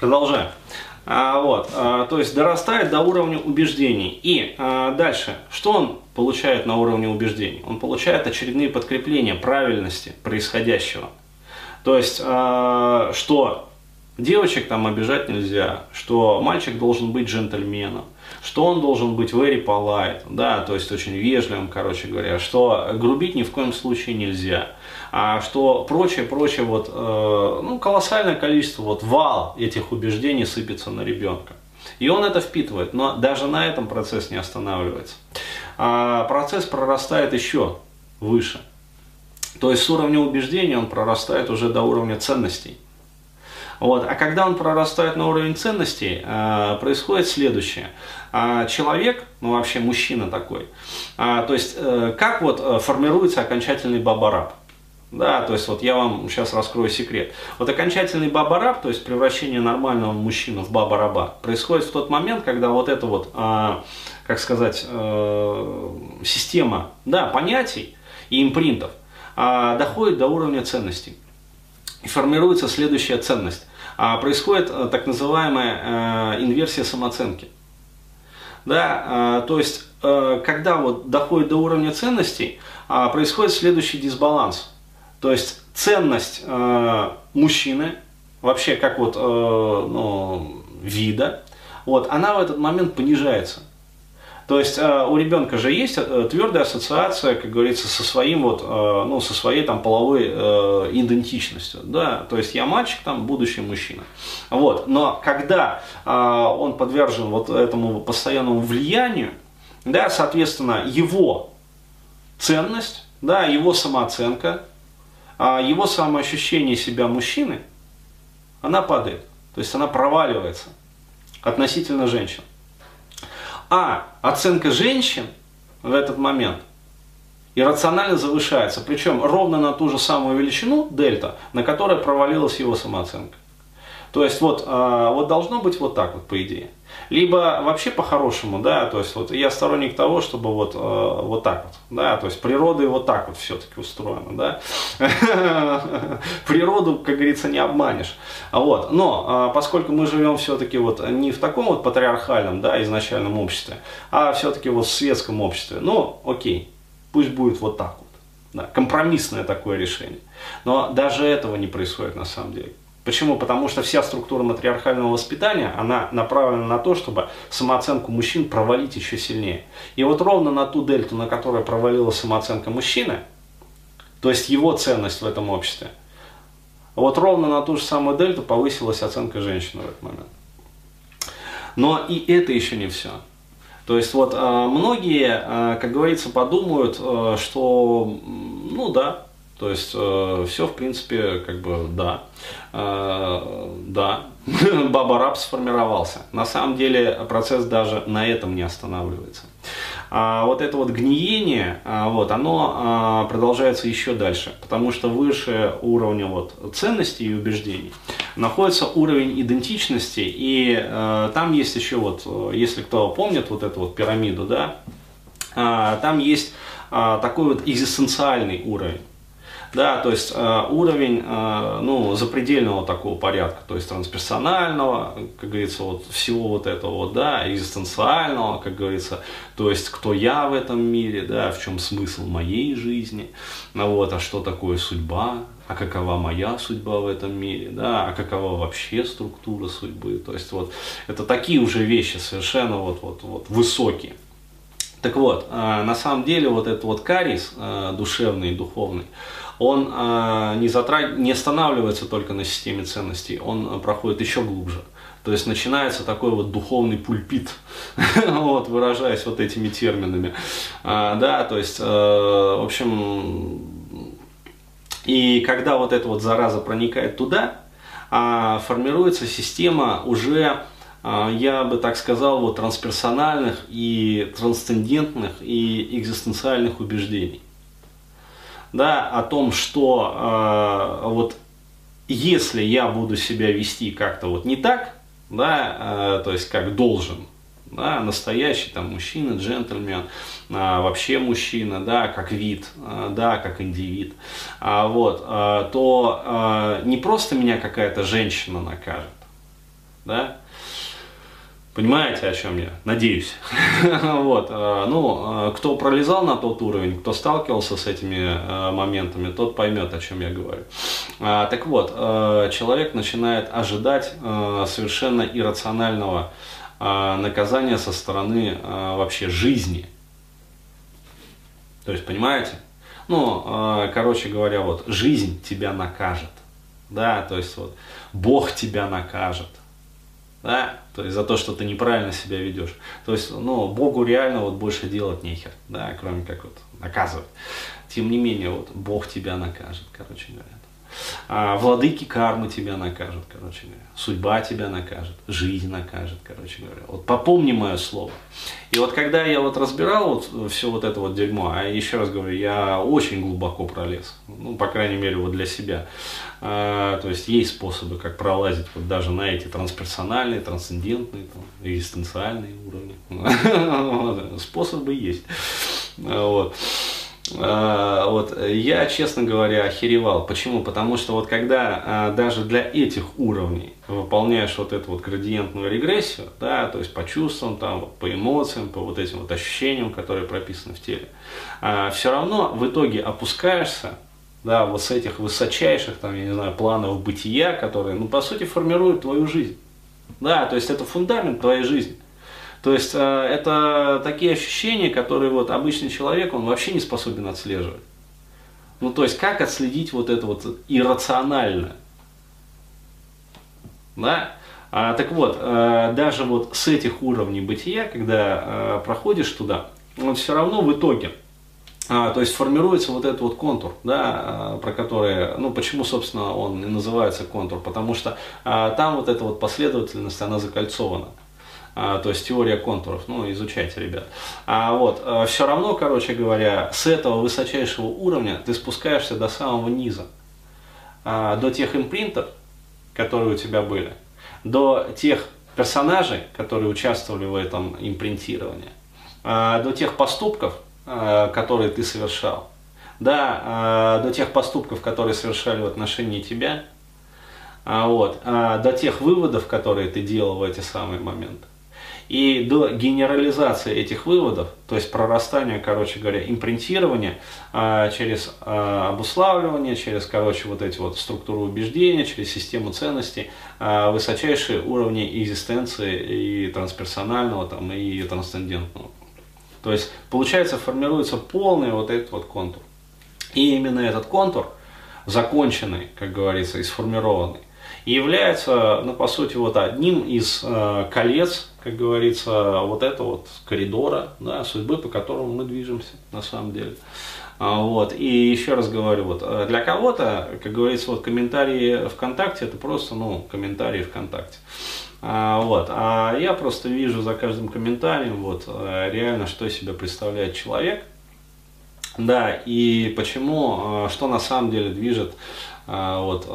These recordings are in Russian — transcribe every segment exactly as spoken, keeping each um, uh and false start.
Продолжаем. А, вот, а, то есть дорастает до уровня убеждений. И а, дальше, что он получает на уровне убеждений? Он получает очередные подкрепления правильности происходящего. То есть, а, что девочек там обижать нельзя, что мальчик должен быть джентльменом, что он должен быть very polite, да, то есть очень вежливым, короче говоря, что грубить ни в коем случае нельзя, а что прочее, прочее, вот, э, ну, колоссальное количество, вот, вал этих убеждений сыпется на ребенка. И он это впитывает, но даже на этом процесс не останавливается. А процесс прорастает еще выше. То есть с уровня убеждений он прорастает уже до уровня ценностей. Вот. А когда он прорастает на уровень ценностей, э, происходит следующее. Э, человек, ну вообще мужчина такой, э, то есть э, как вот э, формируется окончательный баба-раб. Да, то есть вот я вам сейчас раскрою секрет. Вот окончательный баба-раб, то есть превращение нормального мужчины в баба-раба, происходит в тот момент, когда вот эта вот, э, как сказать, э, система, да, понятий и импринтов э, доходит до уровня ценностей. И формируется следующая ценность. А происходит а, так называемая а, инверсия самооценки. Да, а, то есть, а, когда вот доходит до уровня ценностей, а, происходит следующий дисбаланс. То есть, ценность а, мужчины, вообще как вот а, ну, вида, вот, она в этот момент понижается. То есть э, у ребенка же есть э, твердая ассоциация, как говорится, со своим вот, э, ну, со своей там половой э, идентичностью, да, то есть я мальчик, там, будущий мужчина, вот, но когда э, он подвержен вот этому постоянному влиянию, да, соответственно, его ценность, да, его самооценка, э, его самоощущение себя мужчины, она падает, то есть она проваливается относительно женщин. А оценка женщин в этот момент иррационально завышается, причем ровно на ту же самую величину дельта, на которой провалилась его самооценка. То есть вот, вот должно быть вот так вот, по идее. Либо вообще по-хорошему, да, то есть вот я сторонник того, чтобы вот, вот так вот, да, то есть природа вот так вот все-таки устроена, да. Природу, как говорится, не обманешь. Вот. Но поскольку мы живем все-таки вот не в таком вот патриархальном, да, изначальном обществе, а все-таки вот в светском обществе, ну, окей, пусть будет вот так вот, да, компромиссное такое решение. Но даже этого не происходит на самом деле. Почему? Потому что вся структура матриархального воспитания, она направлена на то, чтобы самооценку мужчин провалить еще сильнее. И вот ровно на ту дельту, на которой провалилась самооценка мужчины, то есть его ценность в этом обществе, вот ровно на ту же самую дельту повысилась оценка женщины в этот момент. Но и это еще не все. То есть вот многие, как говорится, подумают, что, ну да, то есть э, все, в принципе, как бы, да, э, да, баба-раб сформировался. На самом деле процесс даже на этом не останавливается. А вот это вот гниение, а, вот, оно а, продолжается еще дальше, потому что выше уровня вот, ценностей и убеждений находится уровень идентичности, и а, там есть еще, вот, если кто помнит вот эту вот пирамиду, да, а, там есть а, такой вот экзистенциальный уровень. Да, то есть э, уровень э, ну, запредельного такого порядка, то есть трансперсонального, как говорится, вот, всего вот этого, вот, да, экзистенциального, как говорится, то есть кто я в этом мире, да, в чем смысл моей жизни, вот, а что такое судьба, а какова моя судьба в этом мире, да, а какова вообще структура судьбы, то есть вот это такие уже вещи совершенно вот, вот, вот, высокие. Так вот, э, на самом деле вот этот вот кариес э, душевный и духовный, он э, не, затраг... не останавливается только на системе ценностей, он проходит еще глубже. То есть начинается такой вот духовный пульпит, вот, выражаясь вот этими терминами. А, да, то есть, э, в общем, и когда вот эта вот зараза проникает туда, а, формируется система уже, а, я бы так сказал, вот, трансперсональных и трансцендентных и экзистенциальных убеждений. Да, о том, что э, вот если я буду себя вести как-то вот не так, да, э, то есть как должен, да, настоящий там мужчина, джентльмен, э, вообще мужчина, да, как вид, э, да, как индивид, э, вот, э, то э, не просто меня какая-то женщина накажет, да? Понимаете, о чем я? Надеюсь. Вот. Ну, кто пролезал на тот уровень, кто сталкивался с этими моментами, тот поймет, о чем я говорю. Так вот, человек начинает ожидать совершенно иррационального наказания со стороны вообще жизни. То есть, понимаете? Ну, короче говоря, вот, жизнь тебя накажет. Да, то есть, вот, Бог тебя накажет. Да, то есть за то, что ты неправильно себя ведешь. То есть, ну, Богу реально вот больше делать нехер, да, кроме как вот наказывать. Тем не менее, вот Бог тебя накажет, короче говоря. А владыки кармы тебя накажут, короче говоря. Судьба тебя накажет, жизнь накажет, короче говоря. Вот попомни мое слово. И вот когда я вот разбирал вот все вот это вот дерьмо, а еще раз говорю, я очень глубоко пролез, ну, по крайней мере, вот для себя. А, то есть есть способы, как пролазить вот даже на эти трансперсональные, трансцендентные, там, экзистенциальные уровни. Способы есть. Вот. Uh, вот, я, честно говоря, охеревал. Почему? Потому что вот когда uh, даже для этих уровней выполняешь вот эту вот градиентную регрессию, да, то есть по чувствам, там, по эмоциям, по вот этим вот ощущениям, которые прописаны в теле, uh, все равно в итоге опускаешься, да, вот с этих высочайших, там, я не знаю, планов бытия, которые, ну, по сути, формируют твою жизнь. Да, то есть это фундамент твоей жизни. То есть это такие ощущения, которые вот обычный человек, он вообще не способен отслеживать. Ну то есть как отследить вот это вот иррациональное? Да? А, так вот, даже вот с этих уровней бытия, когда проходишь туда, он все равно в итоге, то есть формируется вот этот вот контур, да, про который, ну почему, собственно, он и называется контур, потому что там вот эта вот последовательность, она закольцована. А, то есть теория контуров, ну изучайте, ребят. А вот, а, все равно, короче говоря, с этого высочайшего уровня ты спускаешься до самого низа, а, до тех импринтов, которые у тебя были, до тех персонажей, которые участвовали в этом импринтировании, а, до тех поступков, а, которые ты совершал, да, а, до тех поступков, которые совершали в отношении тебя, а, вот, а, до тех выводов, которые ты делал в эти самые моменты. И до генерализации этих выводов, то есть прорастания, короче говоря, импринтирования а, через а, обуславливание, через, короче, вот эти вот структуры убеждения, через систему ценностей, а, высочайшие уровни экзистенции и трансперсонального, там, и трансцендентного. То есть, получается, формируется полный вот этот вот контур. И именно этот контур, законченный, как говорится, и сформированный, и является, ну, по сути, вот одним из э, колец, как говорится, вот этого вот коридора, да, судьбы, по которому мы движемся, на самом деле. А, вот. И еще раз говорю, вот, для кого-то, как говорится, вот, комментарии ВКонтакте, это просто, ну, комментарии ВКонтакте. А, вот. А я просто вижу за каждым комментарием, вот, реально, что из себя представляет человек. Да, и почему, что на самом деле движет, вот,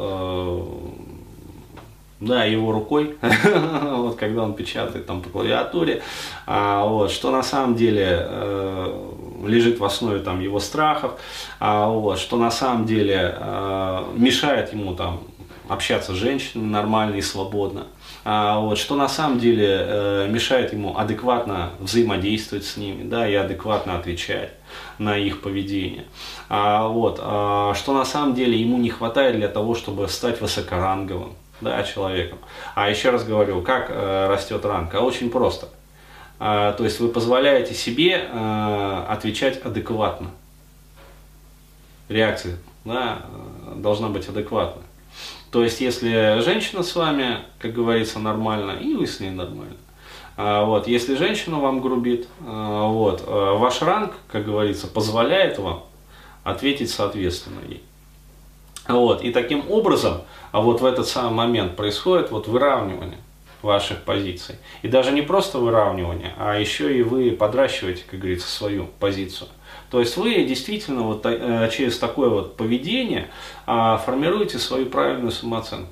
да, его рукой, вот, когда он печатает там по клавиатуре, а, вот, что на самом деле э, лежит в основе там его страхов, а, вот, что на самом деле э, мешает ему там общаться с женщинами нормально и свободно, а, вот, что на самом деле э, мешает ему адекватно взаимодействовать с ними, да, и адекватно отвечать на их поведение, а, вот, а, что на самом деле ему не хватает для того, чтобы стать высокоранговым, да, человеком. А еще раз говорю, как э, растет ранг? А очень просто. А, то есть вы позволяете себе э, отвечать адекватно. Реакция, да, должна быть адекватна. То есть если женщина с вами, как говорится, нормально, и вы с ней нормально. А, вот, если женщина вам грубит, а, вот, а, ваш ранг, как говорится, позволяет вам ответить соответственно ей. Вот, и таким образом, а вот в этот самый момент происходит вот выравнивание ваших позиций. И даже не просто выравнивание, а еще и вы подращиваете, как говорится, свою позицию. То есть вы действительно вот через такое вот поведение формируете свою правильную самооценку.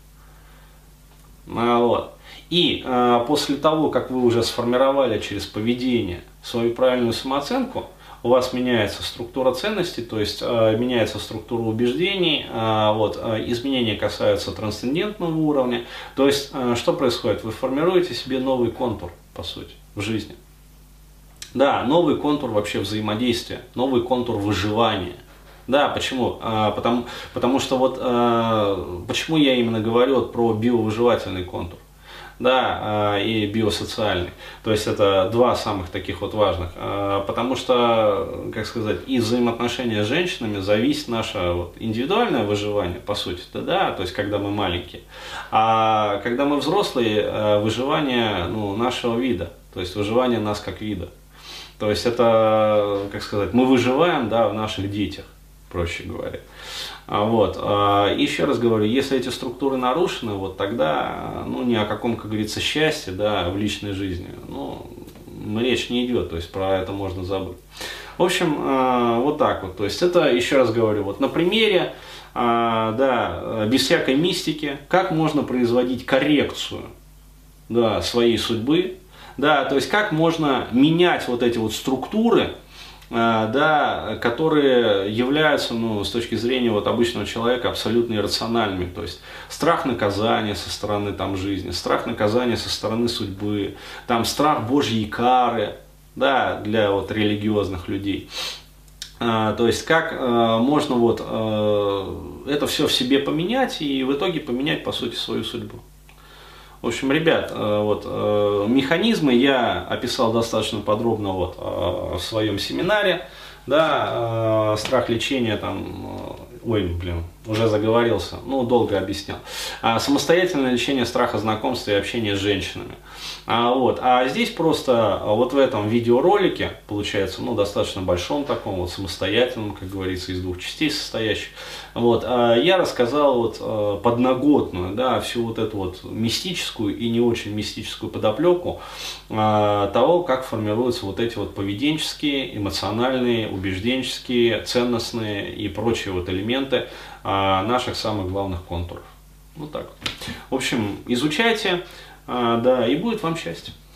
Вот. И после того, как вы уже сформировали через поведение свою правильную самооценку, у вас меняется структура ценностей, то есть э, меняется структура убеждений, э, вот, э, изменения касаются трансцендентного уровня, то есть э, что происходит? Вы формируете себе новый контур, по сути, в жизни. Да, новый контур вообще взаимодействия, новый контур выживания. Да, почему? А, потому, потому что вот а, почему я именно говорю вот про биовыживательный контур, да, а, и биосоциальный. То есть это два самых таких вот важных. А, потому что, как сказать, из взаимоотношения с женщинами зависит наше вот, индивидуальное выживание, по сути, да, да, то есть когда мы маленькие. А когда мы взрослые, выживание ну, нашего вида, то есть выживание нас как вида. То есть это, как сказать, мы выживаем, да, в наших детях, проще говоря. Вот. Еще раз говорю, если эти структуры нарушены, вот тогда ну, ни о каком, как говорится, счастье да, в личной жизни ну, речь не идет, то есть про это можно забыть. В общем, вот так вот. То есть это, еще раз говорю, вот на примере, да, без всякой мистики, как можно производить коррекцию да, своей судьбы. Да, то есть как можно менять вот эти вот структуры, да, которые являются, ну, с точки зрения вот обычного человека абсолютно иррациональными. То есть страх наказания со стороны там, жизни, страх наказания со стороны судьбы, там, страх Божьей кары да, для вот, религиозных людей. То есть как можно вот, это все в себе поменять и в итоге поменять по сути свою судьбу. В общем, ребят, вот, механизмы я описал достаточно подробно вот, в своем семинаре. Да, страх лечения, там, ой, блин, уже заговорился, ну, долго объяснял. Самостоятельное лечение страха знакомства и общения с женщинами. А, вот, а здесь просто вот в этом видеоролике, получается, ну, достаточно большом таком, вот, самостоятельном, как говорится, из двух частей состоящих, вот, я рассказал вот подноготную, да, всю вот эту вот мистическую и не очень мистическую подоплеку того, как формируются вот эти вот поведенческие, эмоциональные, убежденческие, ценностные и прочие вот элементы наших самых главных контуров. Вот так вот. В общем, изучайте, да, и будет вам счастье.